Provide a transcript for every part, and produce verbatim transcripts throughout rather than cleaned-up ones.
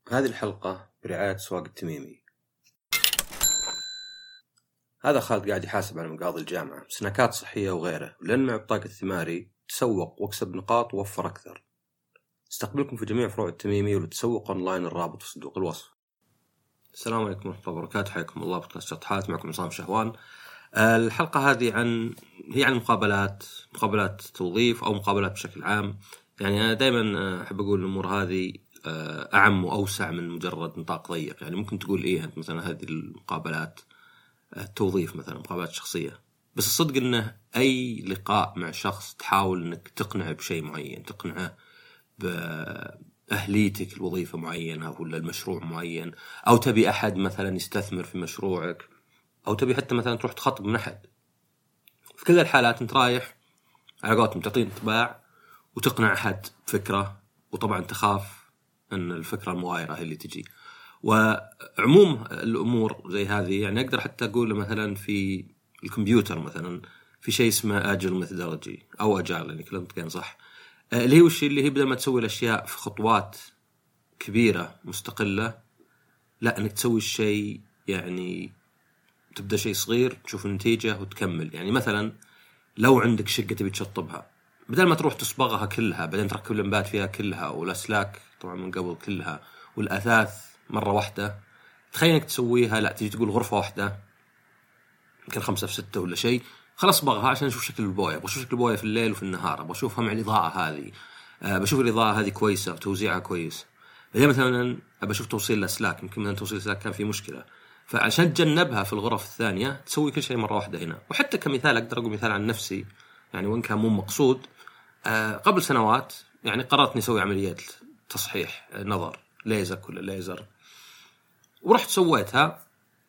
هذه الحلقة برعاية سواق التميمي. هذا خالد قاعد يحاسب على مقاضي الجامعة، سناكات صحية وغيره، ولأن مع بطاقة الثماري تسوق واكسب نقاط ووفر أكثر. استقبلكم في جميع فروع التميمي ولتسوق أونلاين، الرابط في صندوق الوصف. السلام عليكم ورحمة الله وبركاته، حياكم الله بودكاست شطحات، معكم عصام شهوان. الحلقة هذه عن هي عن مقابلات مقابلات توظيف أو مقابلات بشكل عام. يعني أنا دائما أحب أقول الأمور هذه أعم وأوسع من مجرد نطاق ضيق. يعني ممكن تقول إيه أنت مثلا هذه المقابلات التوظيف مثلا مقابلات شخصية، بس الصدق أنه أي لقاء مع شخص تحاول أنك تقنعه بشيء معين، تقنعه بأهليتك الوظيفة معينة ولا المشروع معين، أو تبي أحد مثلا يستثمر في مشروعك، أو تبي حتى مثلا تروح تخطب من أحد. في كل الحالات أنت رايح على قولتهم تعطيه انطباع وتقنع أحد بفكرة، وطبعا تخاف أن الفكرة المغايرة هي اللي تجي. وعموم الأمور زي هذه يعني أقدر حتى أقول مثلا في الكمبيوتر مثلا في شيء اسمه أجل ميثودولوجي أو أجال، يعني كلام كان صح، اللي هو الشيء اللي هي بدل ما تسوي الأشياء في خطوات كبيرة مستقلة، لا أنك تسوي الشيء يعني تبدأ شيء صغير تشوف النتيجة وتكمل. يعني مثلا لو عندك شقة تبي تشطبها، بدل ما تروح تصبغها كلها بعدين تركب اللمبات فيها كلها والأسلاك طبعا من قبل كلها والأثاث مرة واحدة، تخيل انك تسويها لا تجي تقول غرفة واحدة يمكن خمسة في ستة ولا شيء، خلاص صبغها عشان نشوف شكل البوية، بشوف شكل البوية في الليل وفي النهار، بشوفها مع الإضاءة هذه، أه بشوف الإضاءة هذه كويسة وتوزيعها كويس. بعدين مثلا بشوف توصيل الأسلاك، يمكن مثلا توصيل الأسلاك كان فيه مشكلة، فعشان تجنبها في الغرف الثانية تسوي كل شيء مرة واحدة هنا. وحتى كمثال أقدر أقول مثال عن نفسي، يعني وإن كان مو مقصود، أه قبل سنوات يعني قررت إني أسوي عمليات تصحيح نظر ليزر كل ليزر، ورحت سويتها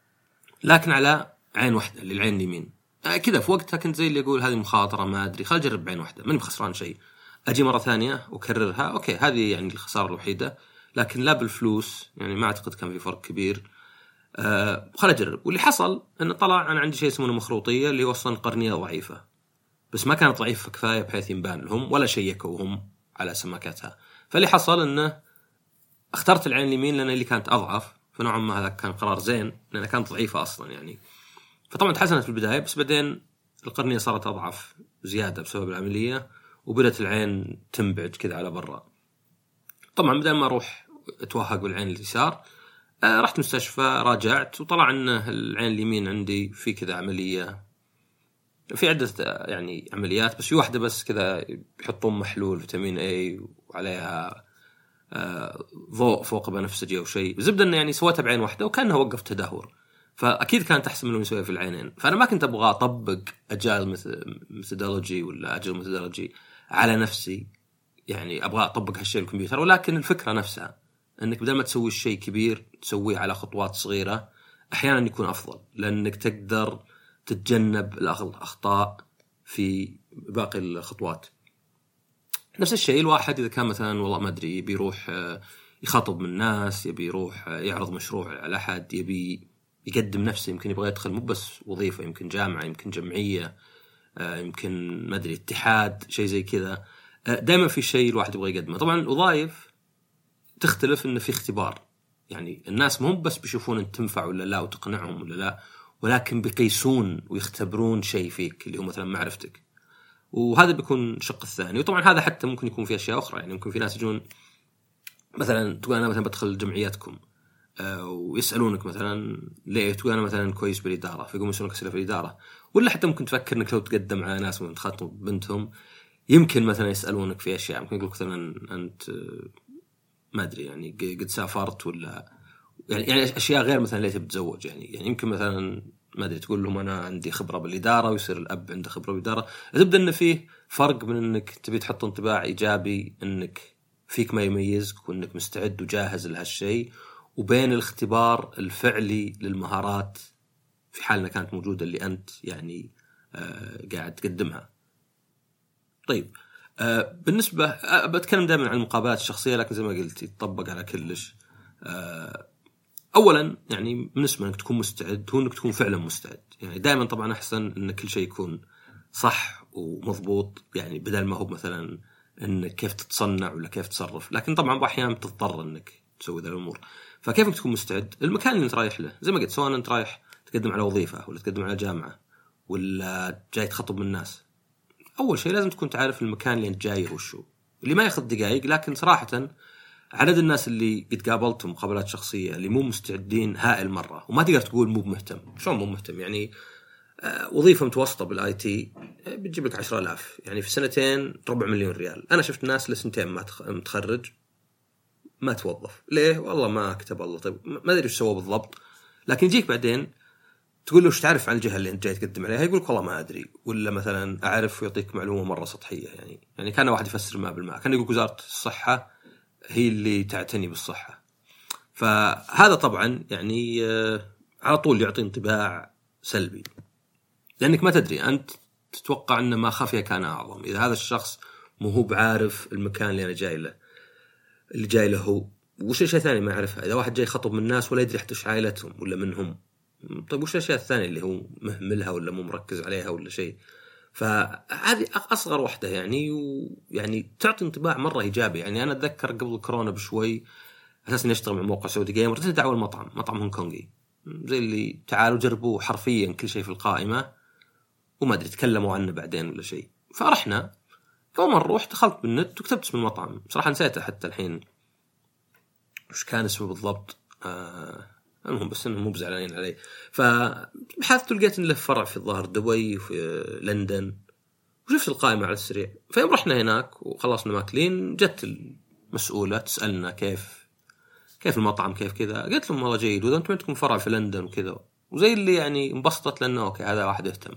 لكن على عين واحدة للعين اليمين. أه كذا في وقتها كنت زي اللي يقول هذه مخاطرة، ما أدري خل أجرب بعين واحدة، ماني بخسران شيء. أجي مرة ثانية وكررها، أوكي هذه يعني الخسارة الوحيدة، لكن لا بالفلوس، يعني ما أعتقد كان في فرق كبير. أه خل أجرب. واللي حصل أنه طلع أنا عندي شيء اسمه مخروطية اللي هو أصلا قرنية ضعيفة، بس ما كانت ضعيفة كفاية بحيث ينبان لهم ولا شيكوهم على سماكتها. فاللي حصل أنه اخترت العين اليمين لأن اللي كانت أضعف، فنوعا ما هذا كان قرار زين لأنها كانت ضعيفة أصلا يعني. فطبعا تحسنت في البداية، بس بعدين القرنية صارت أضعف زيادة بسبب العملية، وبدأت العين تنبعج كذا على برا. طبعا بدل ما أروح أتوهق بالعين اليسار، آه رحت مستشفى راجعت وطلع أن العين اليمين عندي في كذا عملية، في عدة يعني عمليات، بس في واحدة بس كذا يحطون محلول فيتامين A وعليها آه ضوء فوق بنفسجي أو شيء. زبدة أنه يعني سويتها بعين واحدة وكأنها وقف تدهور، فأكيد كانت أحسن منه يسويها في العينين. فأنا ما كنت أبغى أطبق أجال ميثودولوجي ولا أجل ميثودولوجي على نفسي، يعني أبغى أطبق هالشيء الكمبيوتر، ولكن الفكرة نفسها أنك بدل ما تسوي الشيء كبير تسويه على خطوات صغيرة أحيانا يكون أفضل، لأنك تقدر تتجنب الأخطاء في باقي الخطوات. نفس الشيء الواحد إذا كان مثلا والله ما أدري يبي يروح يخاطب من الناس، يبي يروح يعرض مشروع على أحد، يبي يقدم نفسه، يمكن يبغى يدخل مو بس وظيفة، يمكن جامعة، يمكن جمعية، يمكن ما أدري اتحاد، شيء زي كذا. دائما في شيء الواحد يبغى يقدمه. طبعا الوظائف تختلف إنه في اختبار، يعني الناس مو بس بيشوفون أنت تنفع ولا لا وتقنعهم ولا لا، ولكن بيقيسون ويختبرون شيء فيك اللي هو مثلا معرفتك، وهذا بيكون الشق الثاني. وطبعا هذا حتى ممكن يكون في أشياء أخرى، يعني ممكن في ناس يجون مثلا تقول أنا مثلا بدخل جمعياتكم أه ويسألونك مثلا ليه، تقول أنا مثلا كويس بالإدارة، فيقوموا يسألونك أسئلة في الإدارة. ولا حتى ممكن تفكر أنك لو تقدم على ناس من تخاطب بنتهم يمكن مثلا يسألونك في أشياء، ممكن يقولك مثلا أنت ما أدري يعني قد سافرت ولا يعني يعني أشياء غير مثلا ليه تتزوج، يعني يعني يمكن مثلا ما أدري تقول لهم أنا عندي خبرة بالإدارة، ويصير الأب عنده خبرة بالإدارة. تبدأ إن فيه فرق من إنك تبي تحط انطباع إيجابي إنك فيك ما يميزك وإنك مستعد وجاهز لهالشيء، وبين الاختبار الفعلي للمهارات في حالنا كانت موجودة اللي أنت يعني آه قاعد تقدمها. طيب آه بالنسبة آه بتكلم دائما عن المقابلات الشخصية، لكن زي ما قلت يتطبق على كلش. آه أولا يعني بالنسبة إنك تكون مستعد هو إنك تكون فعلا مستعد. يعني دائما طبعا أحسن إن كل شيء يكون صح ومضبوط، يعني بدل ما هو مثلا إنك كيف تتصنع ولا كيف تصرف، لكن طبعا بأحيان تضطر إنك تسوي ذا الأمور. فكيف تكون مستعد؟ المكان اللي أنت رايح له زي ما قلت، سواء أنت رايح تقدم على وظيفة ولا تقدم على جامعة ولا جاي تخطب من الناس، أول شيء لازم تكون تعرف المكان اللي أنت جاي وشو، اللي ما ياخذ دقائق. لكن صراحة عدد الناس اللي قد قابلتهم مقابلات شخصية اللي مو مستعدين هائل مرة، وما تقدر تقول مو مهتم. شلون مو مهتم؟ يعني آه وظيفة متوسطة بالاي تي آه بتجيب لك عشرة آلاف، يعني في سنتين ربع مليون ريال. أنا شفت ناس لسنتين ما متخرج ما توظف. ليه؟ والله ما كتب الله. طيب ما أدري إيش سوى بالضبط، لكن يجيك بعدين تقول له إيش تعرف عن الجهة اللي أنت جاي تقدم عليها، يقول لك والله ما أدري، ولا مثلا أعرف ويعطيك معلومة مرة سطحية. يعني يعني كان واحد يفسر ما بالماء، كان يقول وزارة الصحة هي اللي تعتني بالصحة. فهذا طبعا يعني على طول يعطي انطباع سلبي، لأنك ما تدري، أنت تتوقع أن ما خفي كان أعظم. إذا هذا الشخص مو هو بعارف المكان اللي أنا جاي له اللي جاي له هو، وش الشيء ثاني ما يعرفها؟ إذا واحد جاي خطب من الناس ولا يدري حتى إيش عائلتهم ولا منهم، طيب وش الأشياء الثانية اللي هو مهملها ولا مو مركز عليها ولا شيء؟ فهذه أصغر واحدة يعني، ويعني تعطي انطباع مرة إيجابي. يعني أنا أتذكر قبل كورونا بشوي أساساً أشتغل مع موقع سعودي جيمر، رسلت دعوة المطعم مطعم هونغ كونغي زي اللي تعالوا جربوا حرفياً كل شيء في القائمة، وما أدري تكلموا عنه بعدين ولا شيء. فرحنا أول مرة روح دخلت بالنت وكتبت اسم المطعم، صراحة نسيته حتى الحين وش كان اسمه بالضبط. آه المهم بس إنهم مو بزعلانين علي. فبحثت ولقيت إن له فرع في الظاهر دبي وفي لندن، وشفت القائمة على السريع. فيوم رحنا هناك وخلصنا ماكلين، جت المسؤولة تسألنا كيف كيف المطعم كيف كذا. قلت لهم والله جيد، وإذا أنتم عندكم فرع في لندن وكذا وزي اللي يعني انبسطت لأنه أوكي هذا واحد يهتم.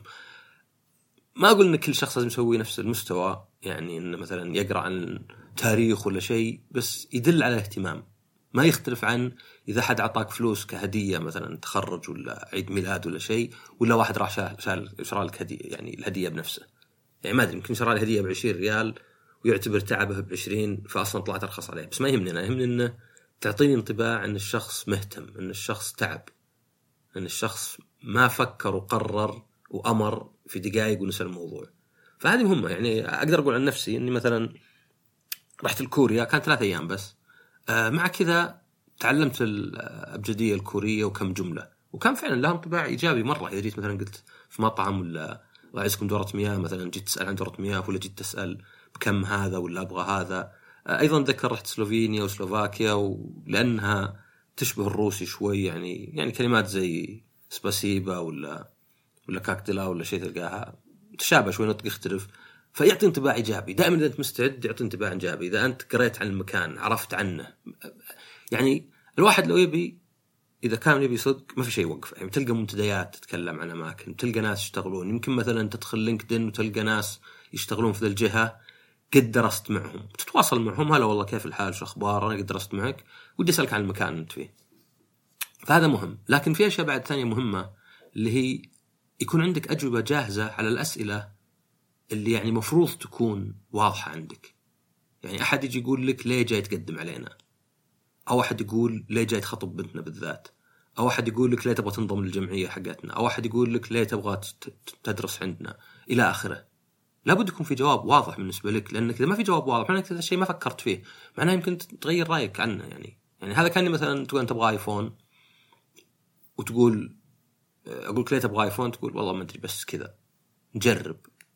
ما أقول إن كل شخص لازم يسوي نفس المستوى، يعني إنه مثلا يقرأ عن تاريخ ولا شيء، بس يدل على اهتمام. ما يختلف عن إذا حد عطاك فلوس كهدية مثلا تخرج ولا عيد ميلاد ولا شيء، ولا واحد راح شال شرى لك هدية، يعني الهدية بنفسه. يعني ما أدري يمكن شرى لي هدية بعشرين ريال ويعتبر تعبه بعشرين، فأصلا طلعت أرخص عليه. بس ما يهمني أنا، يهمني إنه تعطيني انطباع إن الشخص مهتم، إن الشخص تعب، إن الشخص ما فكر وقرر وأمر في دقائق ونسى الموضوع. فهذه مهمة. يعني أقدر أقول عن نفسي إني مثلا رحت الكوريا، كانت ثلاث أيام بس. آه مع كذا تعلمت الأبجدية الكورية وكم جملة، وكان فعلا لها انطباع إيجابي مرة. إذا جيت مثلا قلت في مطعم ولا عايزكم دورة مياه مثلا، جيت تسأل عن دورة مياه ولا جيت تسأل بكم هذا ولا أبغى هذا. آه أيضا ذكر رحت سلوفينيا وسلوفاكيا، ولأنها تشبه الروسي شوي، يعني يعني كلمات زي سباسيبا ولا ولا كاكتلا ولا شيء تلقاها تشابه شوي، نطق يختلف. فيعطي انطباع إيجابي. دائما إذا أنت مستعد يعطي انطباع إيجابي. إذا أنت قريت عن المكان عرفت عنه، يعني الواحد لو يبي، إذا كان يبي صدق ما في شيء يوقف. يعني تلقى منتديات تتكلم عن أماكن، تلقى ناس يشتغلون. يمكن مثلا تدخل لينكدين وتلقى ناس يشتغلون في ذا الجهة قد درست معهم، تتواصل معهم، هلا والله كيف الحال شو أخبار، أنا قد درست معك ودي أسألك عن المكان أنت فيه. فهذا مهم. لكن في أشياء بعد ثانية مهمة، اللي هي يكون عندك أجوبة جاهزة على الأسئلة اللي يعني مفروض تكون واضحة عندك. يعني أحد يجي يقول لك ليه جاي تقدم علينا، أو أحد يقول ليه جاي تخطب بنتنا بالذات، أو أحد يقول لك ليه تبغى تنضم للجمعية حقتنا، أو أحد يقول لك ليه تبغى تدرس عندنا إلى آخره. لابد يكون في جواب واضح بالنسبة لك، لأنك إذا ما في جواب واضح معناه هذا الشيء ما فكرت فيه، معناه يمكن تغير رأيك عنه. يعني يعني هذا كان مثلا تقول أنت تبغى آيفون وتقول أقولك ليه تبغى آيفون، تقول والله ما أدري بس كذا نجرب.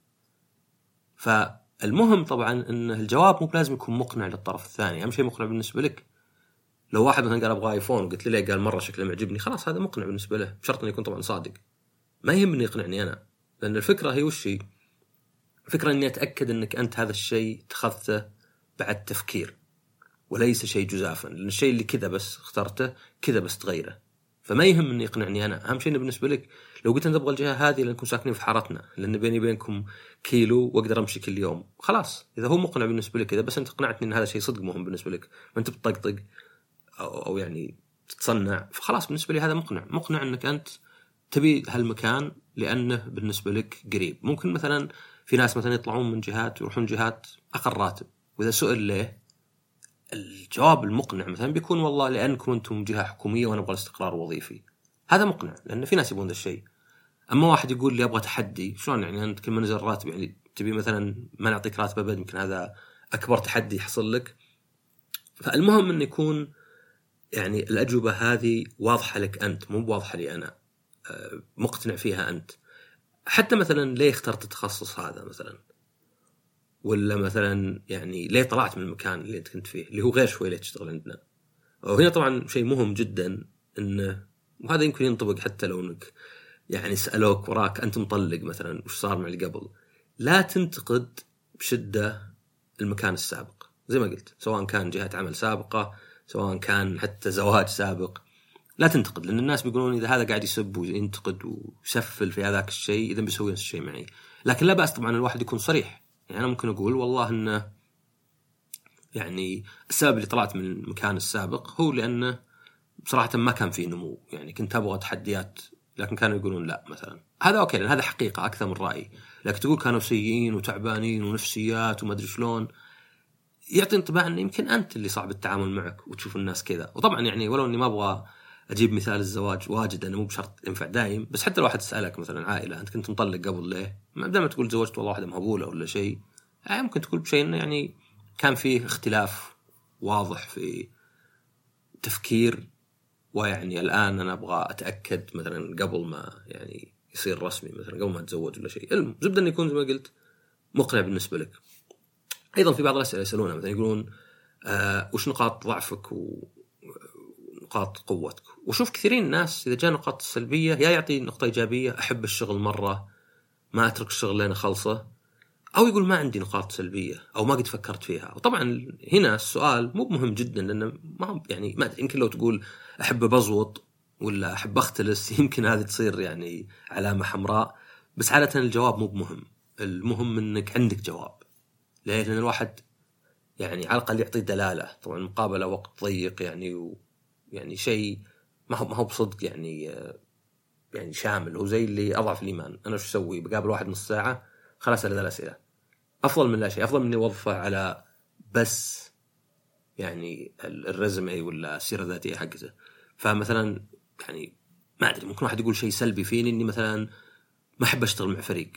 فالمهم طبعا أن الجواب مو لازم يكون مقنع للطرف الثاني، أهم شيء مقنع بالنسبة لك. لو واحد مثلا قال أبغى آيفون وقلت لي ليه، قال مرة شكله معجبني، خلاص هذا مقنع بالنسبة له، بشرط أن يكون طبعا صادق. ما يهمني يقنعني أنا، لأن الفكرة هي وش هي؟ الفكرة أني أتأكد أنك أنت هذا الشيء اتخذته بعد تفكير وليس شيء جزافا، لأن الشيء اللي كذا بس اخترته كذا بس تغيره. فما يهم أن يقنعني أنا، أهم شيء بالنسبة لك لو قلت أنت تبغى الجهة هذه لأنكم ساكنين في حارتنا، لأن بيني بينكم كيلو وأقدر أمشي كل يوم، خلاص إذا هو مقنع بالنسبة لك كذا، بس أنت قنعتني أن هذا شيء صدق مهم بالنسبة لك، ما أنت بتطقطق أو, أو يعني تتصنع، فخلاص بالنسبة لي هذا مقنع. مقنع أنك أنت تبي هالمكان لأنه بالنسبة لك قريب. ممكن مثلا في ناس مثلا يطلعون من جهات ويروحون جهات أقل راتب، وإذا سئل ليه، الجواب المقنع مثلا بيكون والله لأنكم أنتم جهة حكومية وأنا أبغى الاستقرار وظيفي. هذا مقنع لأن في ناس يبون ذا الشيء. أما واحد يقول لي أبغى تحدي، شلون يعني أنت كل ما نزل راتب يعني تبي مثلا ما نعطيك راتب أبد، يمكن هذا أكبر تحدي يحصل لك. فالمهم أن يكون يعني الأجوبة هذه واضحة لك أنت، مو واضحة لي أنا، مقتنع فيها أنت. حتى مثلا ليه اخترت التخصص هذا مثلا، ولا مثلا يعني ليه طلعت من المكان اللي أنت كنت فيه اللي هو غير شوي ليه تشتغل عندنا. وهنا طبعا شيء مهم جدا، إنه وهذا يمكن ينطبق حتى لو إنك يعني سألوك وراك أنت مطلق مثلا وش صار مع اللي قبل، لا تنتقد بشدة المكان السابق زي ما قلت، سواء كان جهة عمل سابقة، سواء كان حتى زواج سابق. لا تنتقد، لأن الناس بيقولون إذا هذا قاعد يسب وينتقد ويسفل في هذاك الشيء إذا بيسوي نفس الشيء معي. لكن لا بأس طبعا الواحد يكون صريح. يعني أنا ممكن أقول والله إنه يعني السبب اللي طلعت من المكان السابق هو لأنه بصراحة ما كان فيه نمو، يعني كنت أبغى تحديات، لكن كانوا يقولون لا مثلا. هذا أوكي لأن هذا حقيقة أكثر من رأي. لكن تقول كانوا سيئين وتعبانين ونفسيات وما أدري شلون، يعطي انطباع أن يمكن أنت اللي صعب التعامل معك وتشوف الناس كذا. وطبعا يعني ولو أني ما أبغى أجيب مثال الزواج واجد، أنه مو بشرط ينفع دايم، بس حتى لو واحد تسألك مثلا عائلة أنت كنت مطلق قبل ليه، ما دام تقول زوجت والله واحدة مهبولة ولا شيء، يعني ممكن تقول بشيء إنه يعني كان فيه اختلاف واضح في تفكير، ويعني الآن أنا أبغى أتأكد مثلا قبل ما يعني يصير رسمي مثلا قبل ما أتزوج ولا شيء. المهم زبدة أن يكون زي ما قلت مقنع بالنسبة لك. أيضا في بعض الأسئلة يسألونها مثلا يقولون آه وش نقاط ضعفك ونقاط قوتك. وشوف كثيرين الناس إذا جاء نقاط سلبية يا يعطي نقطة إيجابية، أحب الشغل مرة ما أترك الشغل لين خلصه، أو يقول ما عندي نقاط سلبية أو ما قد فكرت فيها. وطبعا هنا السؤال مو مهم جدا، لأنه ما يعني ما يمكن لو تقول أحب بزوط ولا أحب أختلس يمكن هذه تصير يعني علامة حمراء، بس عادة الجواب مو مهم. المهم أنك عندك جواب، لأن الواحد يعني على الأقل يعطي دلالة. طبعا المقابلة وقت ضيق يعني و يعني شيء ما هو ما هو بصدق يعني يعني شامل. هو زي اللي أضعف الإيمان، أنا شو أسوي بقابل واحد نص ساعة خلاص على ذا الأسئلة، أفضل من لا شيء، أفضل من إني أوظفه على بس يعني الرزمي ولا السيرة الذاتية حقته. فمثلا يعني ما أدري ممكن واحد يقول شيء سلبي فيني إني مثلا ما أحب أشتغل مع فريق،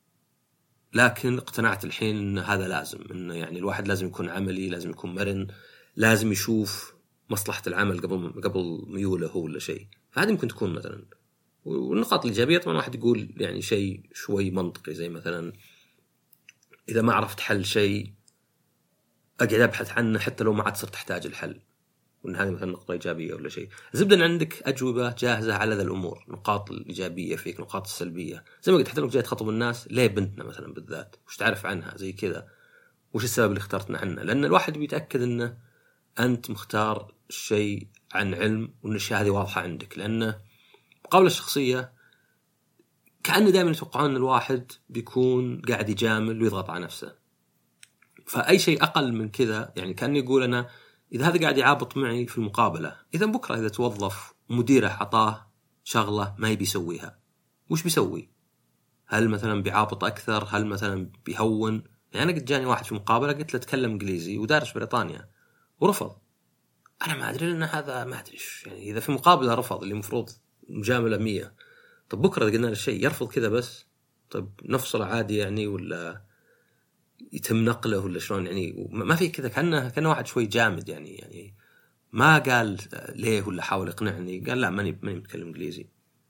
لكن اقتنعت الحين إن هذا لازم، إنه يعني الواحد لازم يكون عملي، لازم يكون مرن، لازم يشوف مصلحة العمل قبل قبل ميوله هو ولا شيء. فهذه ممكن تكون مثلا. والنقاط الإيجابية طبعا واحد يقول يعني شيء شوي منطقي، زي مثلا إذا ما عرفت حل شيء أقعد أبحث عنه حتى لو ما عاد صرت أحتاج الحل، وإن هذه مثلا نقطة إيجابية ولا شيء. زبدة أن عندك أجوبة جاهزة على ذا الأمور، نقاط الإيجابية فيك، نقاط السلبية. زي ما قلت حتى لو جاي تخاطب الناس، ليه بنتنا مثلا بالذات وش تعرف عنها زي كذا، وش السبب اللي اخترتنا عنها، لأن الواحد بيتأكد أنه أنت مختار الشيء عن علم وأن الشيء هذه واضحة عندك. لأنه مقابلة الشخصية كأنه دائما يتوقعون أن الواحد بيكون قاعد يجامل ويضغط على نفسه، فأي شيء أقل من كذا يعني كأنه يقول أنا إذا هذا قاعد يعابط معي في المقابلة، إذا بكرة إذا توظف ومديره عطاه شغلة ما يبي يسويها وش بيسوي؟ هل مثلا بيعابط أكثر؟ هل مثلا بيهون؟ يعني أنا قد جاني واحد في مقابلة قلت له تكلم إنجليزي ودارس بريطانيا ورفض. أنا ما أدري لأن هذا ما أدري يعني إذا في مقابلة رفض اللي مفروض مجاملة مية، طب بكرة إذا قلنا له شيء يرفض كذا بس، طب نفصل عادي يعني ولا يتم نقله ولا شلون؟ يعني ما في كذا، كأنه كأنه واحد شوي جامد يعني يعني ما قال ليه ولا حاول يقنعني، قال لا ماني ماني متكلم إنجليزي،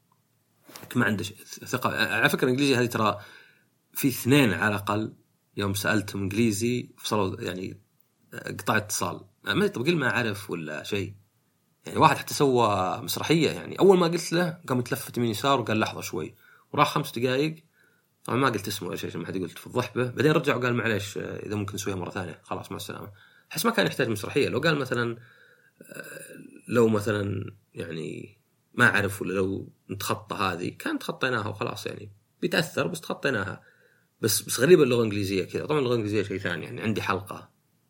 ما عنده ثقة. على فكرة الإنجليزي هذه ترى في اثنين على الأقل يوم سألتهم إنجليزي فصلوا يعني قطع اتصال، ما طب قل ما أعرف ولا شيء. يعني واحد حتى سوى مسرحية، يعني أول ما قلت له قام يتلفت من يسار وقال لحظة شوي، وراح خمس دقائق طبعا ما قلت اسمه ولا شيء ما حد قلت فضح به، بعدين رجع وقال معليش إذا ممكن نسويها مرة ثانية خلاص مع السلامة. حس ما كان يحتاج مسرحية. لو قال مثلا لو مثلا يعني ما أعرف ولا لو نتخطى هذه كان تخطيناها وخلاص، يعني بيتأثر بس تخطيناها. بس بس غريبة اللغة الإنجليزية كذا. طبعا اللغة الإنجليزية شيء ثاني، يعني عندي حلقة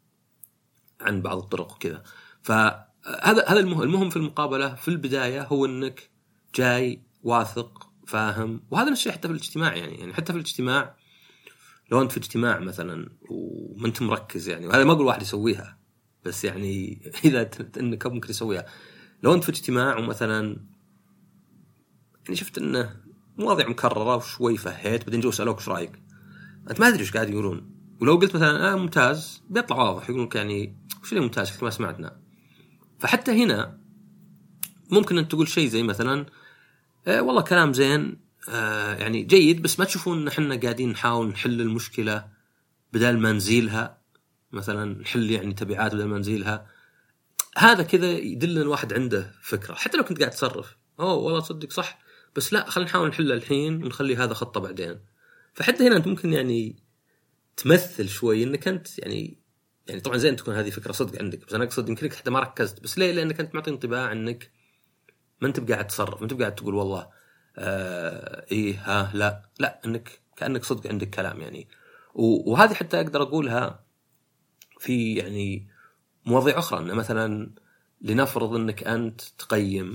عن بعض الطرق وكذا. فهذا هذا المهم. المهم في المقابلة في البداية هو إنك جاي واثق فاهم، وهذا الشيء حتى في الاجتماع يعني يعني حتى في الاجتماع لو أنت في اجتماع مثلا وما أنت مركز يعني، وهذا ما أقول واحد يسويها بس يعني إذا إنك ممكن يسويها، لو أنت في اجتماع ومثلا يعني شفت إنه مواضيع مكررة وشوي فهيت بعدين جو سألوك إيش رأيك، أنت ما أدري إيش قاعد يقولون، ولو قلت مثلا آه ممتاز بيطلع واضح يقولونك يعني وش اللي ممتاز ما سمعتنا. فحتى هنا ممكن أن تقول شيء زي مثلا آه والله كلام زين آه يعني جيد، بس ما تشوفون إن إحنا قاعدين نحاول نحل المشكلة بدل ما نزيلها، مثلا نحل يعني تبعات بدل ما نزيلها. هذا كذا يدل ان الواحد عنده فكره، حتى لو كنت قاعد تصرف اوه والله تصدق صح، بس لا خلينا نحاول نحلها الحين ونخلي هذا خطه بعدين. فحتى هنا انت ممكن يعني تمثل شوي انك انت يعني يعني طبعا زين تكون هذه فكره صدق عندك، بس انا اقصد يمكن حتى ما ركزت. بس ليه؟ لانك انت معطي انطباع انك ما انت قاعد تصرف، ما انت قاعد تقول والله آه ايه ها لا لا، انك كانك صدق عندك كلام يعني. وهذه حتى اقدر اقولها في يعني مواضيع أخرى، أن مثلا لنفرض أنك أنت تقيم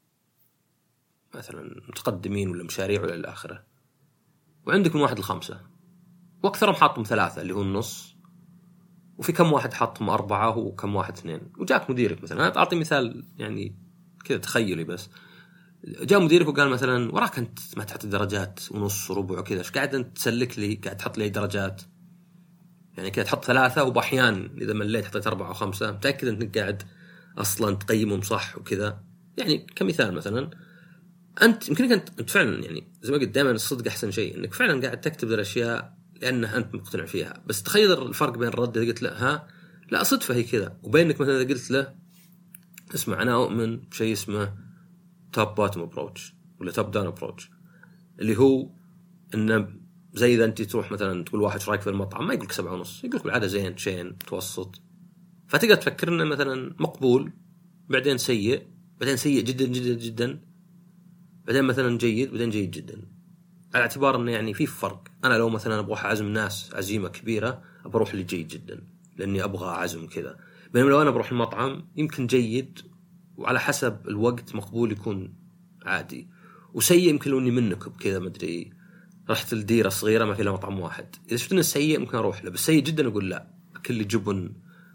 مثلا متقدمين ولا مشاريع ولا الآخرة، وعندك من واحد لخمسة وأكثرهم حاطهم ثلاثة اللي هو النص، وفي كم واحد حاطهم أربعة وكم واحد اثنين، وجاك مديرك مثلا، أنا أعطي مثال يعني كذا تخيلي بس، جاء مديرك وقال مثلا وراك أنت ما تعطي درجات ونص وربع وكذا، إيش قاعد أنت تسلك لي، قاعد تحط لي درجات يعني كذا، تحط ثلاثة وبأحيان إذا مليت حطيت أربعة وخمسة، متأكد أنك قاعد أصلاً تقيمهم صح وكذا. يعني كمثال مثلاً أنت يمكنك أنت فعلاً يعني زي ما قلت دائماً الصدق أحسن شيء، إنك فعلاً قاعد تكتب الأشياء لأنها أنت مقتنع فيها. بس تخيل الفرق بين الرد اللي قلت له ها لا صدفة هي كذا، وبينك مثلاً إذا قلت له اسمع أنا أؤمن بشيء اسمه top bottom approach ولا top down approach، اللي هو إنه زي إذا أنت تروح مثلا تقول واحد شو رأيك في المطعم، ما يقولك سبعة ونص، يقولك بالعادة زين شين متوسط. فتقدر تفكر إنه مثلا مقبول، بعدين سيء، بعدين سيء جدا جدا جدا، بعدين مثلا جيد، بعدين جيد جدا، على اعتبار إنه يعني في فرق. أنا لو مثلا أبغى أعزم ناس عزيمة كبيرة أبروح لجيد جدا لأني أبغى أعزم كذا، بينما لو أنا بروح المطعم يمكن جيد وعلى حسب الوقت مقبول يكون عادي، وسيء يمكن لو إني منك بكذا ما أدري رحت الديرة صغيرة ما في إلا مطعم واحد، إذا شفت إنه سيء ممكن أروح له، بس سيء جدا أقول لا أكل لي جبن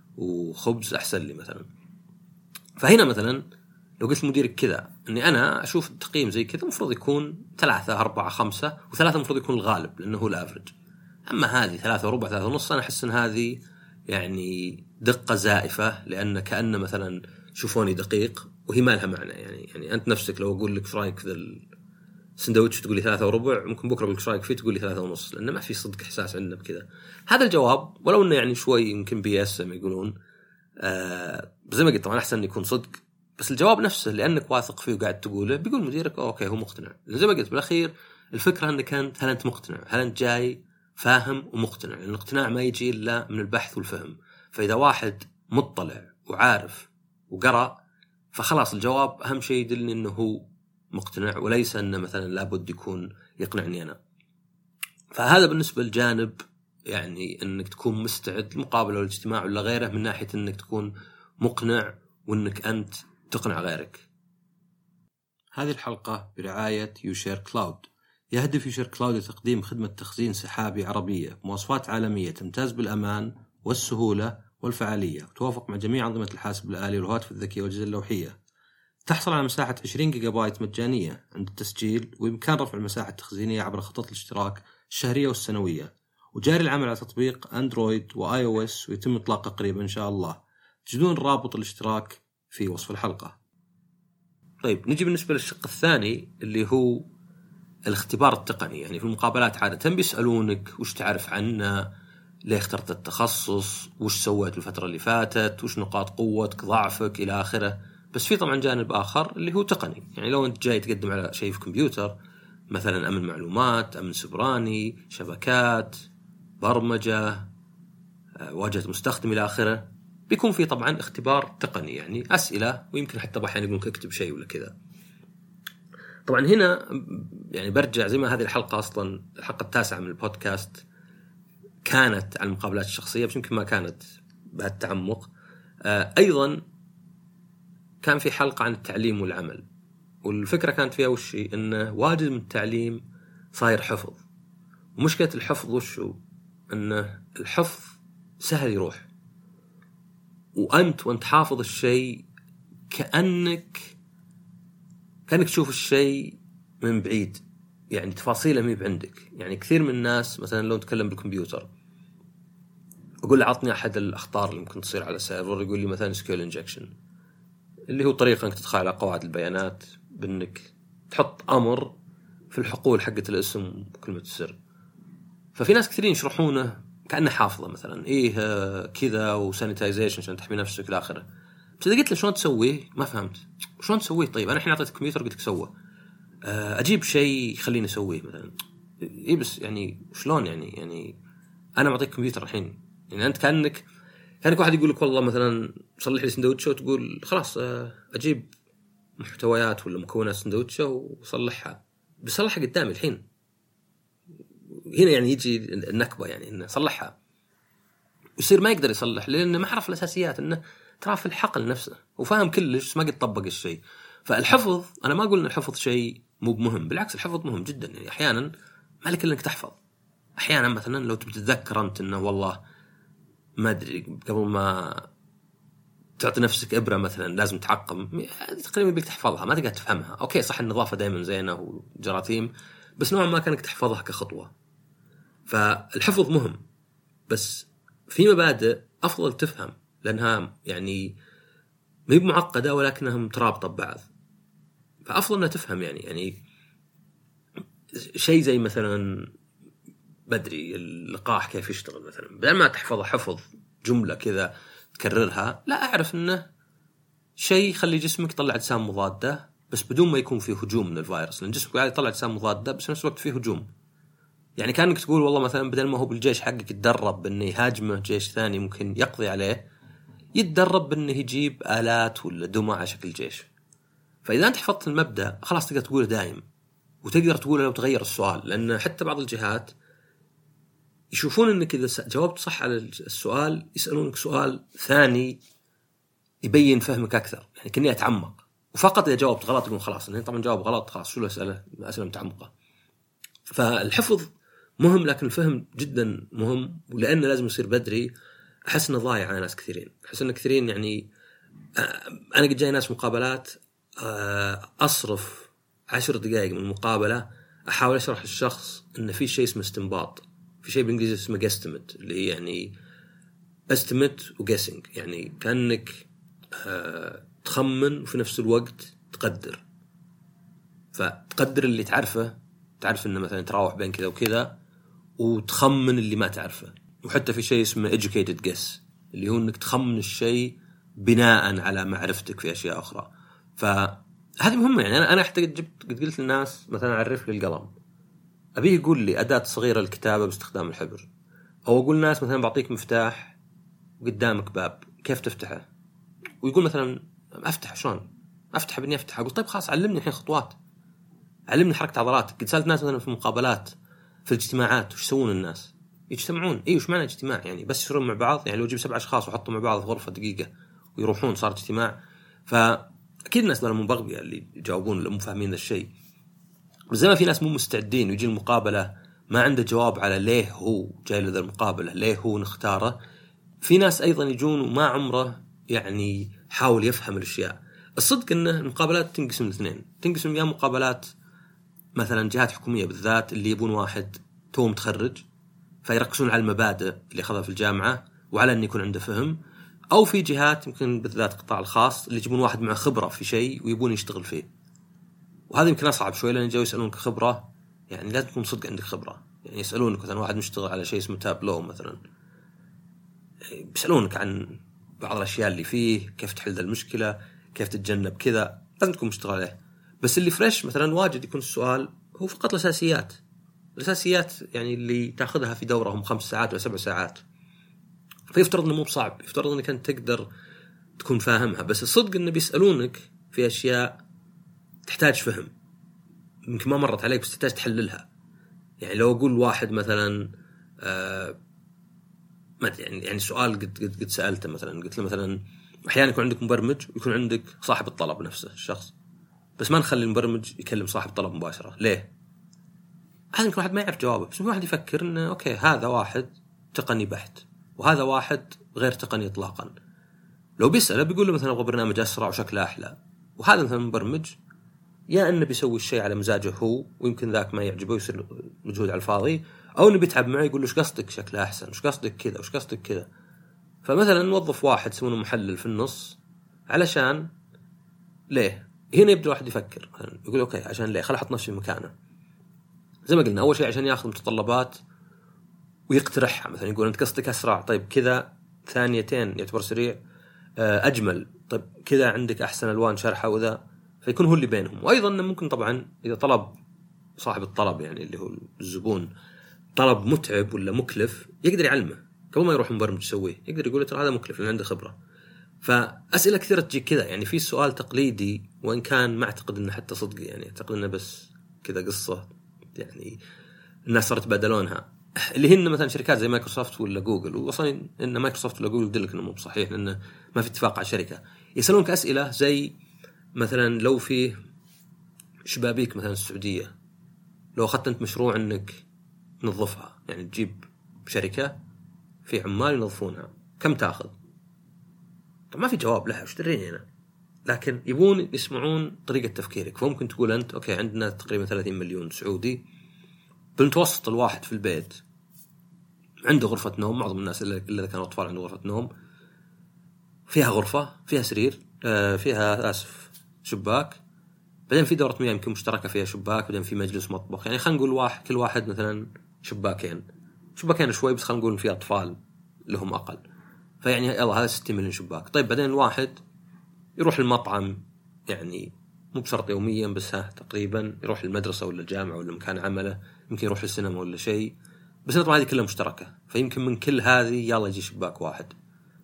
وخبز أحسن لي مثلا. فهنا مثلا لو قلت لمديرك كذا أني أنا أشوف التقييم زي كذا مفروض يكون ثلاثة أربعة خمسة، وثلاثة مفروض يكون الغالب لأنه هو الأفرج. أما هذه ثلاثة وربع ثلاثة ونص أنا أحس أن هذه يعني دقة زائفة، لأن كأن مثلا شوفوني دقيق وهي ما لها معنى. يعني يعني أنت نفسك لو أقول لك رايك ذا سندويتش تقول لي ثلاثة وربع، ممكن بكرة أقول لك رايك فيه تقول لي ثلاثة ونص، لأنه ما في صدق إحساس عندنا بكذا. هذا الجواب ولو إنه يعني شوي يمكن بي اس ما يقولون آه زي ما قلت طبعا أحسن يكون صدق، بس الجواب نفسه لأنك واثق فيه وقاعد تقوله بيقول مديرك أوكي هو مقتنع. زي ما قلت بالأخير الفكرة أنك أنت هل أنت مقتنع، هل أنت جاي فاهم ومقتنع، لأن الاقتناع ما يجي إلا من البحث والفهم. فإذا واحد مطلع وعارف وقرأ فخلاص الجواب أهم شيء يدلني أنه هو مقتنع، وليس أنه مثلا لابد يكون يقنعني أنا. فهذا بالنسبة للجانب يعني أنك تكون مستعد للمقابلة والاجتماع ولا غيره، من ناحية أنك تكون مقنع وأنك أنت تقنع غيرك. هذه الحلقة برعاية يوشير كلاود. يهدف يوشير كلاود لتقديم خدمة تخزين سحابي عربية بمواصفات عالمية تمتاز بالأمان والسهولة والفعالية، وتوافق مع جميع أنظمة الحاسب الآلي والهواتف الذكية والأجهزة اللوحية. تحصل على مساحة عشرين جيجا بايت مجانية عند التسجيل، وبإمكان رفع المساحة التخزينية عبر خطط الاشتراك الشهرية والسنوية، وجاري العمل على تطبيق أندرويد وآي أو إس، ويتم إطلاقه قريبا إن شاء الله. تجدون رابط الاشتراك في وصف الحلقة. طيب نجي بالنسبة للشق الثاني اللي هو الاختبار التقني. يعني في المقابلات عادة بيسألونك وش تعرف عنه، ليه اخترت التخصص، وش سويت الفترة اللي فاتت، وش نقاط قوتك ضعفك إلى آخره. بس في طبعا جانب آخر اللي هو تقني، يعني لو أنت جاي تقدم على شيء في كمبيوتر مثلا أمن معلومات، أمن سبراني، شبكات، برمجة، واجهة مستخدم إلى آخره، بيكون في طبعا اختبار تقني، يعني أسئلة، ويمكن حتى بحين يقولك اكتب شيء ولا كذا. طبعا هنا يعني برجع زي ما هذه الحلقة أصلا الحلقة التاسعة من البودكاست كانت عن المقابلات الشخصية، بس يمكن ما كانت بهالتعمق. أيضا كان في حلقة عن التعليم والعمل، والفكرة كانت فيها وشي إنه واجد من التعليم صاير حفظ. ومشكلة الحفظ وشو إنه الحفظ سهل يروح، وأنت وأنت حافظ الشيء كأنك كأنك تشوف الشيء من بعيد، يعني تفاصيله ما بعندك. يعني كثير من الناس مثلا لو نتكلم بالكمبيوتر أقول له عطني أحد الأخطار اللي ممكن تصير على السيرفر، يقول لي مثلا سكيول انجكشن. اللي هو طريقة انك تدخل على قواعد البيانات بانك تحط امر في الحقول حقة الاسم وكلمة السر. ففي ناس كثيرين يشرحونه كأنه حافظة مثلا ايه كذا وسانيتايزيشن عشان تحمي نفسك الى اخره. بس اذا قلت له شلون تسويه ما فهمت. شلون تسويه؟ طيب انا الحين اعطيتك الكمبيوتر قلت لك سوى، اجيب شيء يخليني اسويه مثلا. ايه بس يعني شلون يعني يعني انا معطيك كمبيوتر الحين، يعني انت كانك كانك واحد يقول لك والله مثلا صلح لي سندوتش وتقول خلاص اجيب محتويات ولا مكونات سندوتشه وصلحها. بصلحها قدامي الحين. هنا يعني يجي النكبه، يعني انه صلحها يصير ما يقدر يصلح لانه ما عرف الاساسيات، انه ترى في الحقل نفسه وفاهم كلش ما قد طبق الشيء. فالحفظ انا ما اقول ان الحفظ شيء مو مهم، بالعكس الحفظ مهم جدا. يعني احيانا ما لك الا انك تحفظ. احيانا مثلا لو تبي تتذكر انت انه والله ما ادري قبل ما تعطي نفسك ابره مثلا لازم تعقم، تقريبا بدك تحفظها ما تقدر تفهمها. اوكي صح النظافه دائما زينه وجراثيم، بس نوعا ما كانك تحفظها كخطوه. فالحفظ مهم، بس في مبادئ افضل تفهم لانها يعني ما هي معقده ولكنها مترابطه ببعض، فافضل انها تفهم. يعني يعني شيء زي مثلا بدري اللقاح كيف يشتغل مثلا، بدل ما تحفظه حفظ جمله كذا تكررها، لا اعرف انه شيء يخلي جسمك يطلع اجسام مضاده بس بدون ما يكون فيه هجوم من الفيروس، لان جسمك قاعد يطلع اجسام مضاده بس نفس الوقت فيه هجوم. يعني كانك تقول والله مثلا بدل ما هو بالجيش حقك يتدرب بانه يهاجمه جيش ثاني ممكن يقضي عليه، يتدرب بانه يجيب آلات ولا دمى على شكل جيش. فاذا انت حفظت المبدا خلاص تقدر تقوله دائم، وتقدر تقوله لو تغير السؤال، لان حتى بعض الجهات يشوفون انك اذا جاوبت صح على السؤال يسالونك سؤال ثاني يبين فهمك اكثر، يعني كني اتعمق. وفقط اذا جاوبت غلط يقولون خلاص انت طبعا جاوب غلط خلاص شو الاسئله اسئله متعمقه. فالحفظ مهم لكن الفهم جدا مهم، ولانه لازم يصير بدري. احس انه ضايع على ناس كثيرين. احس ان كثيرين يعني انا قد جاي ناس مقابلات اصرف عشر دقائق من المقابله احاول اشرح للشخص ان في شيء اسمه استنباط، في شيء بالانجليزي اسمه guesstimate اللي هي يعني estimate و guessing، يعني كانك تخمن وفي نفس الوقت تقدر. فتقدر اللي تعرفه، تعرف انه مثلا تراوح بين كذا وكذا، وتخمن اللي ما تعرفه. وحتى في شيء اسمه educated guess اللي هو انك تخمن الشيء بناء على معرفتك في اشياء اخرى. فهذه مهمه. يعني انا انا حتى جبت قد قلت للناس مثلا اعرف لي القلم، ابيه يقول لي اداه صغيره للكتابه باستخدام الحبر، او اقول للناس مثلا بعطيك مفتاح وقدامك باب كيف تفتحه، ويقول مثلا افتح شلون افتح بني افتح. اقول طيب خلاص علمني الحين خطوات، علمني حركه عضلاتك. قد سالت ناس مثلا في مقابلات في الاجتماعات وش يسوون الناس؟ يجتمعون. ايه وش معنى اجتماع؟ يعني بس يصيرون مع بعض؟ يعني لو جيب سبع اشخاص وحطوا مع بعض في غرفه دقيقه ويروحون صار اجتماع؟ فاكيد الناس ذولا مبغبيه اللي يجاوبون اللي مو فاهمين ذا الشيء. وزي ما في ناس مو مستعدين ويجي المقابله ما عنده جواب على ليه هو جاي لذا المقابله، ليه هو نختاره، في ناس ايضا يجون وما عمره يعني حاول يفهم الاشياء. الصدق ان المقابلات تنقسم لاثنين. تنقسم يا مقابلات مثلا جهات حكوميه بالذات اللي يبون واحد تو متخرج فيركزون على المبادئ اللي أخذها في الجامعة وعلى أن يكون عنده فهم، أو في جهات يمكن بالذات القطاع الخاص اللي يجيبون واحد مع خبرة في شيء ويبون يشتغل فيه. وهذا يمكن أصعب شوي لأن جاوا يسألونك خبرة، يعني لازم تكون صدق عندك خبرة. يعني يسألونك مثلا واحد مشتغل على شيء اسمه تابلو مثلا، بيسألونك عن بعض الأشياء اللي فيه، كيف تحل ذا المشكلة، كيف تتجنب كذا، لازم تكون مشتغل عليه. بس اللي فريش مثلا واجد يكون السؤال هو فقط الأساسيات. الأساسيات يعني اللي تأخذها في دورهم خمس ساعات أو سبع ساعات، فيفترض إنه مو بصعب، يفترض إنك أنت تقدر تكون فاهمها. بس الصدق إنه بيسألونك في أشياء تحتاج فهم، يمكن ما مرت عليك بس تحتاج تحللها. يعني لو أقول واحد مثلا آه ما يعني يعني سؤال قد قد قد سألته مثلا، قلت له مثلا أحيانا يكون عندك مبرمج ويكون عندك صاحب الطلب نفسه الشخص، بس ما نخلي المبرمج يكلم صاحب الطلب مباشرة. ليه؟ هذا يمكن واحد ما يعرف جوابه، بس واحد يفكر إنه أوكي هذا واحد تقني بحت وهذا واحد غير تقني إطلاقا. لو بيسأله بيقول له مثلا أبغى برنامج أسرع وشكله أحلى، وهذا مثلا مبرمج يا إنه بيسوي الشيء على مزاجه هو ويمكن ذاك ما يعجبه ويصير مجهود على الفاضي، أو إنه بيتعب معه يقول له إيش قصدك شكله أحسن، إيش قصدك كذا، إيش قصدك كذا. فمثلا نوظف واحد يسمونه محلل في النص علشان ليه؟ هنا يبدأ واحد يفكر يقول أوكي عشان ليه؟ خل أحط نفسي في مكانه. زي ما قلنا أول شيء عشان يأخذ متطلبات ويقترحها، مثلا يقول أنت قصدك أسرع، طيب كذا ثانيتين يعتبر سريع، أجمل، طيب كذا عندك أحسن ألوان شرحة وذا، فيكون هو اللي بينهم. وأيضا ممكن طبعا إذا طلب صاحب الطلب يعني اللي هو الزبون طلب متعب ولا مكلف يقدر يعلمه قبل ما يروح مبرمج يسويه، يقدر يقول ترى هذا مكلف لأن عنده خبرة. فأسئلة كثيرة تجي كذا، يعني في سؤال تقليدي وإن كان ما أعتقد إنه حتى صدق، يعني أعتقد إنه بس كذا قصة يعني الناس صارت يتبادلونها، اللي هن مثلا شركات زي مايكروسوفت ولا جوجل، وأصلا إن مايكروسوفت ولا جوجل يدلك إنه مو بصحيح لأنه ما في اتفاق على الشركة. يسألونك أسئلة زي مثلا لو في شبابيك مثلا السعودية، لو أخذت أنت مشروع إنك تنظفها، يعني تجيب شركة في عمال ينظفونها، كم تأخذ؟ طبعا ما في جواب لها، وش دريني هنا، لكن يبون يسمعون طريقة تفكيرك. فممكن تقول أنت أوكي عندنا تقريبا ثلاثين مليون سعودي، بالمتوسط الواحد في البيت عنده غرفة نوم، معظم الناس اللي إذا كانوا أطفال عنده غرفة نوم فيها غرفة فيها سرير فيها آسف شباك، بعدين في دورة مياه يمكن مشتركة فيها شباك، بعدين في مجلس مطبخ، يعني خلينا نقول واحد كل واحد مثلا شباكين شباكين شوي، بس خلينا نقول في أطفال لهم أقل، فيعني يلا هذا ستين مليون شباك. طيب بعدين الواحد يروح المطعم، يعني مو بشرط يوميا بس ها تقريبا يروح المدرسة ولا الجامعة ولا مكان عمله، يمكن يروح السينما ولا شيء، بس طبعا هذه كلها مشتركة، فيمكن من كل هذه يلا يجي شباك واحد.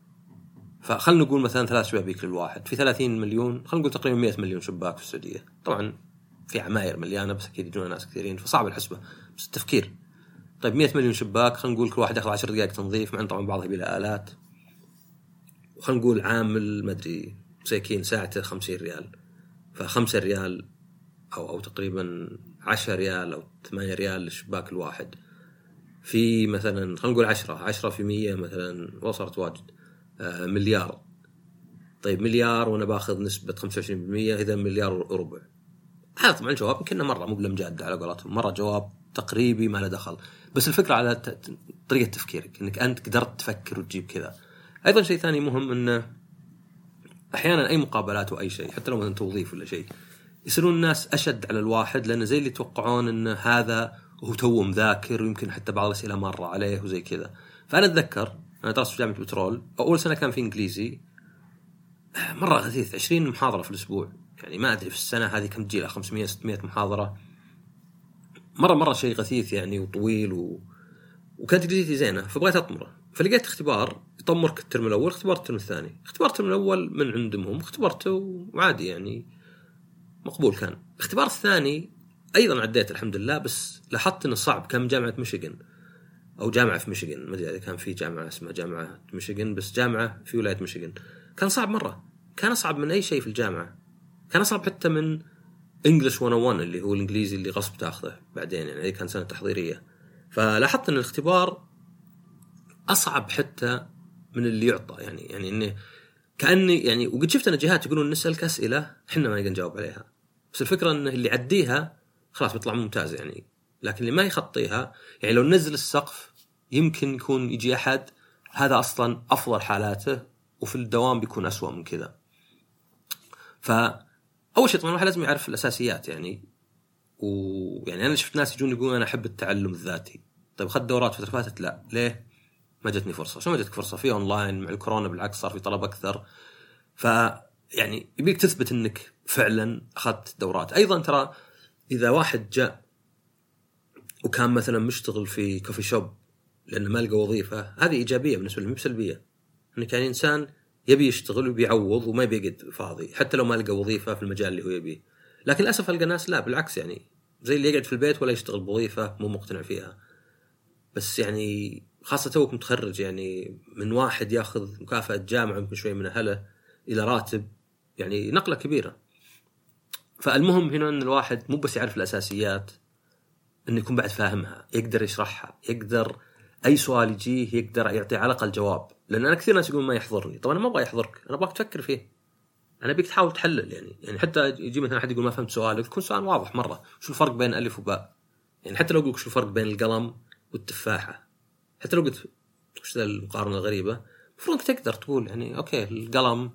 فخلنا نقول مثلا ثلاث شبابيك للواحد في ثلاثين مليون، خلنا نقول تقريبا مئة مليون شباك في السعودية. طبعا في عماير مليانة بس أكيد يجون ناس كثيرين فصعب الحسبة، بس التفكير. طيب مئة مليون شباك، خلنا نقول كل واحد يأخذ عشر دقائق تنظيف، مع طبعا بعضها بلا آلات، وخلنا نقول عامل ما أدري مساكين ساعته خمسين ريال، فخمسة ريال أو أو تقريبا عشرة ريال أو ثمانية ريال للشباك الواحد، في مثلا خلنا نقول عشرة عشرة في مية مثلا وصلت واجد آه مليار. طيب مليار وأنا باخذ نسبة خمسة وعشرين بالمية، إذا مليار وربع. هذا طبعا الجواب يمكن مرة مو بلمجاد على قولتهم، مرة جواب تقريبي ما له دخل، بس الفكرة على طريقة تفكيرك إنك أنت قدرت تفكر وتجيب كذا. أيضا شيء ثاني مهم إنه أحيانا أي مقابلات وأي شيء حتى لو مثلا توظيف ولا شيء يصيرون الناس أشد على الواحد، لأن زي اللي يتوقعون إن هذا وهو تو مذاكر ويمكن حتى بعض الأسئلة مرة عليه وزي كذا. فأنا أتذكر أنا درست في جامعة بترول، أول سنة كان في إنجليزي مرة غثيث، عشرين محاضرة في الأسبوع، يعني ما أدري في السنة هذه كم تجيلها خمسمية ستمية محاضرة، مرة مرة شيء غثيث يعني وطويل و... وكانت إنجليزيتي زينة، فبغيت أطمره، فلقيت اختبار يطمرك الترم الأول، اختبار الترم الثاني. اختبار الترم الأول من عندهم اختبرته وعادي يعني مقبول كان. اختبار الثاني أيضا عديت الحمد لله، بس لاحظت إنه صعب. كان جامعة ميشيغان أو جامعة في ميشيغان، ما أدري إذا كان في جامعة اسمها جامعة ميشيغان، بس جامعة في ولاية ميشيغان. كان صعب مرة، كان أصعب من أي شيء في الجامعة، كان أصعب حتى من English مية وواحد اللي هو الإنجليزي اللي غصب تأخذه بعدين، يعني هي كان سنة تحضيرية. فلاحظت إن الاختبار أصعب حتى من اللي يعطى، يعني يعني إنه كأني يعني، وقد شفت أنا جهات يقولون نسألك أسئلة إحنا ما نقدر نجاوب عليها، بس الفكرة إنه اللي يعديها خلاص بيطلع ممتاز يعني، لكن اللي ما يخطيها يعني لو نزل السقف يمكن يكون يجي أحد هذا أصلا أفضل حالاته وفي الدوام بيكون أسوأ من كذا. فأول شيء طبعا الواحد لازم يعرف الأساسيات يعني، ويعني أنا شفت ناس يجون يقولون أنا أحب التعلم الذاتي. طيب أخذت دورات فترة فاتت، لا ليه ما جتني فرصة؟ شو ما جتك فرصة في أونلاين مع الكورونا؟ بالعكس صار في طلب أكثر. فيعني يبيك تثبت أنك فعلا أخذت دورات. أيضا ترى إذا واحد جاء وكان مثلا مشتغل في كوفي شوب لأنه ما لقى وظيفة، هذه إيجابية بالنسبة له مو سلبية، أنه كان إنسان يبي يشتغل وبيعوض وما بيقعد فاضي حتى لو ما لقى وظيفة في المجال اللي هو يبيه. لكن للأسف ألقى ناس لا بالعكس، يعني زي اللي يقعد في البيت ولا يشتغل بوظيفة مو مقتنع فيها. بس يعني خاصة توك متخرج، يعني من واحد ياخذ مكافأة جامعة يمكن شوي من أهله إلى راتب، يعني نقلة كبيرة. فالمهم هنا أن الواحد مو بس يعرف الأساسيات، أنه يكون بعد فاهمها، يقدر يشرحها، يقدر أي سؤال يجيه يقدر يعطي على الأقل جواب. لأن أنا كثير ناس يقولون ما يحضرني، طبعا أنا ما أبغى يحضرك، أنا أبغاك تفكر فيه، أنا بيك تحاول تحلل يعني. يعني حتى يجي مثلا أحد يقول ما فهمت سؤالك، يكون سؤال واضح مرة، شو الفرق بين ألف وباء؟ يعني حتى لو أقولك شو الفرق بين القلم والتفاحة، حتى لو قلت وش ذا المقارنة الغريبة، المفروض تقدر تقول يعني أوكي القلم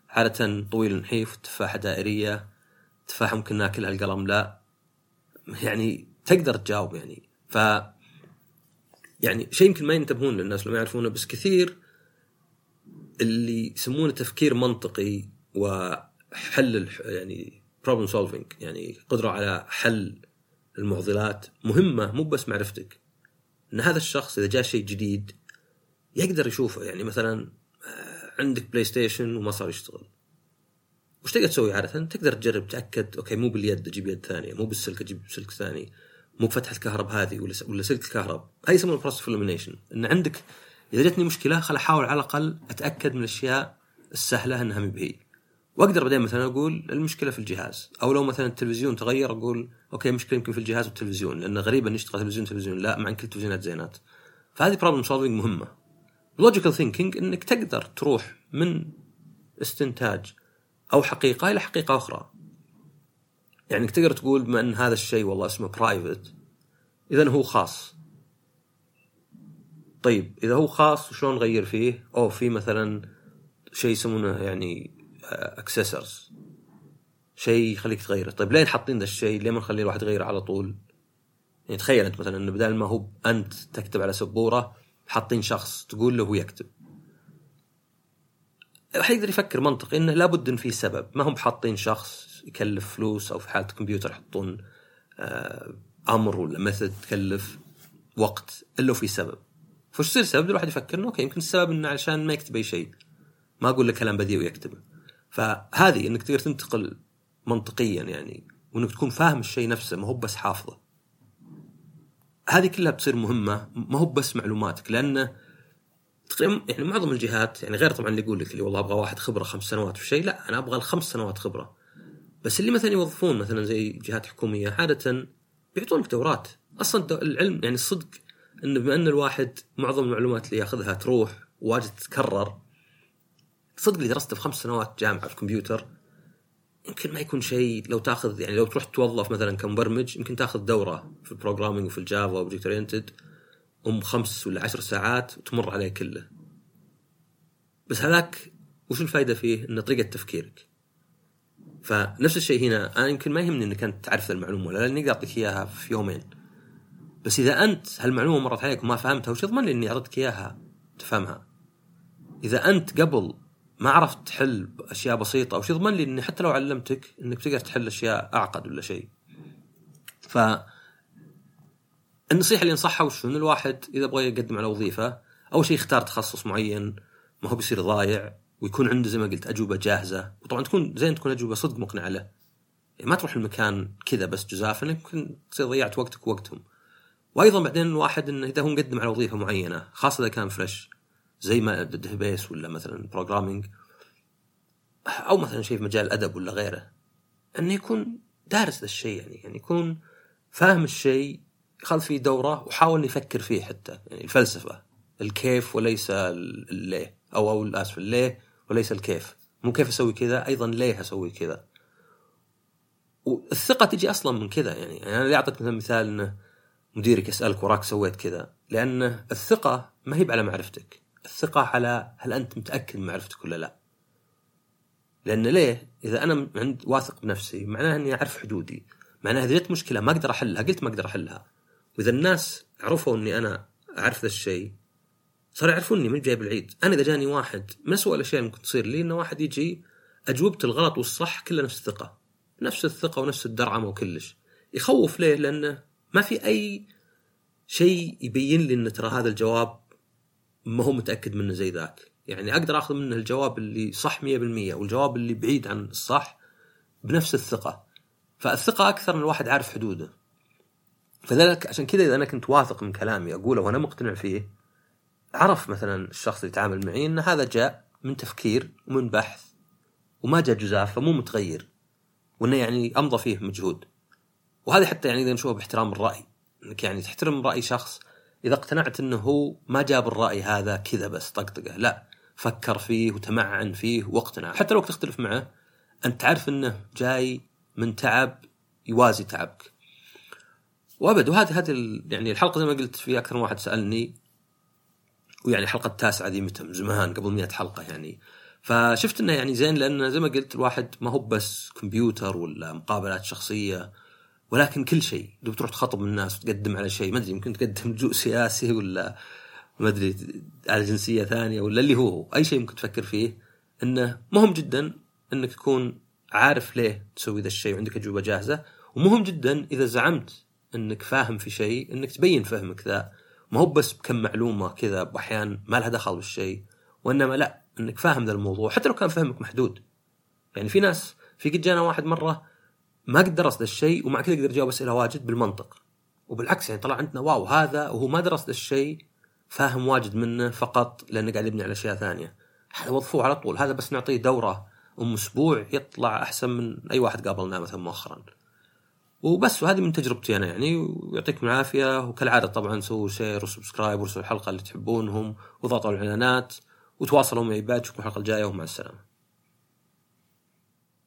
عادة طويل نحيف، تفاحة دائرية، تفاحة ممكن ناكلها القلم لا، يعني تقدر تجاوب يعني. ف يعني شيء يمكن ما ينتبهون للناس لما يعرفونه، بس كثير اللي يسمونه تفكير منطقي وحل يعني problem solving، يعني قدرة على حل المعضلات مهمة، مو بس معرفتك. ان هذا الشخص اذا جاء شيء جديد يقدر يشوفه. يعني مثلا عندك بلاي ستيشن وما صار يشتغل، وش تقدر تسوي عادة؟ تقدر تجرب تأكد اوكي مو باليد اجيب يد ثانية، مو بالسلك اجيب سلك ثاني، مو بفتحة الكهرب هذه ولا ولا سلك الكهرب. هاي يسمونه process of elimination. ان عندك اذا جتني مشكلة خل احاول على الاقل اتأكد من الاشياء السهلة انها مبهي، واقدر بعدين مثلا اقول المشكلة في الجهاز. او لو مثلا التلفزيون تغير اقول اوكي مشكلة يمكن في الجهاز والتلفزيون، لان غريب ان يشتغل تلفزيون تلفزيون لا مع ان كل التلفزيونات زينات. فهذه problem solving مهمة. logical thinking انك تقدر تروح من استنتاج او حقيقة الى حقيقة اخرى. يعني تقدر تقول بما ان هذا الشيء والله اسمه private اذا هو خاص. طيب اذا هو خاص وشلون نغير فيه؟ او في مثلا شيء يسمونه يعني accessors، شيء يخليك تغيره. طيب لين حاطين ذا الشيء ليه ما نخلي الواحد يغيره على طول؟ يعني تخيل انت مثلا ان بدل ما هو انت تكتب على سبورة حاطين شخص تقول له هو يكتب، راح يقدر يفكر منطقي انه لابد ان في سبب. ما هم حاطين شخص يكلف فلوس، او في حالة الكمبيوتر يحطون امر ولا مثل تكلف وقت، الا في سبب. فش يصير سبب؟ الواحد يفكر انه اوكي يمكن السبب انه عشان ما يكتب اي شيء، ما اقول لك كلام بديع ويكتبه. فهذه انك تقدر تنتقل منطقيا يعني، وانك تكون فاهم الشيء نفسه ما هو بس حافظه. هذه كلها بتصير مهمة، ما هو بس معلوماتك. لأنه يعني معظم الجهات يعني غير طبعا اللي يقول لك اللي والله أبغى واحد خبرة خمس سنوات في شيء، لا أنا أبغى الخمس سنوات خبرة. بس اللي مثلا يوظفون مثلا زي جهات حكومية عادة بيعطونك دورات. أصلا العلم يعني الصدق إن بما أن الواحد معظم المعلومات اللي يأخذها تروح واجد تتكرر، صدق اللي درسته في خمس سنوات جامعة في الكمبيوتر يمكن ما يكون شيء. لو تاخذ يعني لو تروح توظف مثلا كمبرمج يمكن تاخذ دورة في البروغرامينج وفي الجافا وبروجكت اورينتد أم خمس ولا عشر ساعات وتمر عليه كله. بس هذاك وش الفائدة فيه؟ إن طريقة تفكيرك. فنفس الشيء هنا، أنا يمكن ما يهمني إنك أنت تعرف المعلومة ولا لأني أقدر أعطيك إياها في يومين. بس إذا أنت هالمعلومة مرت عليك وما فهمتها وش يضمن لي إني أعطيك إياها تفهمها؟ إذا أنت قبل ما عرفت تحل أشياء بسيطة وش يضمن لي إني حتى لو علمتك إنك تقدر تحل أشياء أعقد ولا شيء؟ ف النصيحة اللي نصحها وش إن الواحد إذا بغى يقدم على وظيفة أول شيء يختار تخصص معين ما هو بيصير ضايع، ويكون عنده زي ما قلت أجوبة جاهزة. وطبعا تكون زين تكون أجوبة صدق مقنعة له، يعني ما تروح المكان كذا بس جزافا يمكن تصير ضيعت وقتك ووقتهم. وأيضا بعدين الواحد إنه إذا هو مقدم على وظيفة معينة خاصة إذا كان فريش زي ما داتابيس ولا مثلا بروجرامينج أو مثلا شيء في مجال الأدب ولا غيره، إنه يكون دارس ذا الشيء يعني يعني يكون فاهم الشيء، خذ فيه دورة وحاول يفكر فيه حتى يعني الفلسفة الكيف وليس الليه، أو أو الأسف الليه وليس الكيف. مو كيف أسوي كذا، أيضا ليه أسوي كذا. والثقة تجي أصلا من كذا يعني. أنا اللي أعطيك مثلا مثال إنه مديرك يسألك وراك سويت كذا، لأن الثقة ما هي على معرفتك، الثقة على هل أنت متأكد من معرفتك ولا لا. لأن ليه؟ إذا أنا عند واثق بنفسي معناه إني أعرف حدودي، معناه إذا جت مشكلة ما أقدر أحلها قلت ما أقدر أحلها. وإذا الناس عرفوا إني أنا أعرف ذا الشيء صار يعرفوني من جاي بالعيد. أنا إذا جاني واحد من أسوأ الأشياء ممكن تصير لي إنه واحد يجي أجوبة الغلط والصح كله نفس الثقة نفس الثقة ونفس الدرعمة وكلش يخوف. ليه؟ لأنه ما في أي شيء يبين لي إن ترى هذا الجواب ما هو متأكد منه زي ذاك. يعني أقدر أخذ منه الجواب اللي صح مية بالمية والجواب اللي بعيد عن الصح بنفس الثقة. فالثقة أكثر من الواحد عارف حدوده. فذلك عشان كذا إذا أنا كنت واثق من كلامي أقوله وأنا مقتنع فيه، عرف مثلا الشخص اللي يتعامل معي إن هذا جاء من تفكير ومن بحث وما جاء جزاف فمو متغير، وإنه يعني أمضى فيه مجهود. وهذا حتى يعني إذا نشوفه باحترام الرأي، إنك يعني تحترم رأي شخص إذا اقتنعت إنه هو ما جاب الرأي هذا كذا بس طقطقه، لا فكر فيه وتمعن فيه واقتنع. حتى لو تختلف معه أنت تعرف إنه جاي من تعب يوازي تعبك. وأبد. وهذه هذه يعني الحلقة زي ما قلت في أكثر من واحد سألني، ويعني حلقة التاسعة ذي متى من زمان قبل مئة حلقة يعني. فشفت انه يعني زين، لان زي ما قلت الواحد ما هو بس كمبيوتر ولا مقابلات شخصيه، ولكن كل شيء. لو بتروح تخاطب الناس وتقدم على شيء، ما ادري يمكن تقدم لجوء سياسي ولا ما ادري على جنسيه ثانيه ولا اللي هو اي شيء ممكن تفكر فيه، انه مهم جدا انك تكون عارف ليه تسوي ذا الشيء وعندك اجوبه جاهزه. ومهم جدا اذا زعمت انك فاهم في شيء انك تبين فهمك ذا، ما هو بس بكم معلومه كذا باحيان ما لها دخل بالشيء، وانما لا، انك فاهم ذا الموضوع حتى لو كان فهمك محدود. يعني في ناس، في قد جانا واحد مره ما قد درس ذا الشيء ومع كذا يقدر يجاوب اسئله واجد بالمنطق، وبالعكس يعني طلع عندنا واو هذا وهو ما درس ذا الشيء، فاهم واجد منه فقط لانه قاعد يبني على اشياء ثانيه. هذا وظفوه على طول، هذا بس نعطيه دوره ام اسبوع يطلع احسن من اي واحد قابلناه مثلا مؤخرا. وبس، وهذه من تجربتي انا يعني، ويعطيكم العافيه. وكالعاده طبعا سووا شير وسبسكرايب ورسلوا الحلقه اللي تحبونهم وضغطوا على الاعلانات وتواصلوا معي بعد. اشوفكم الحلقه الجايه ومع السلامه.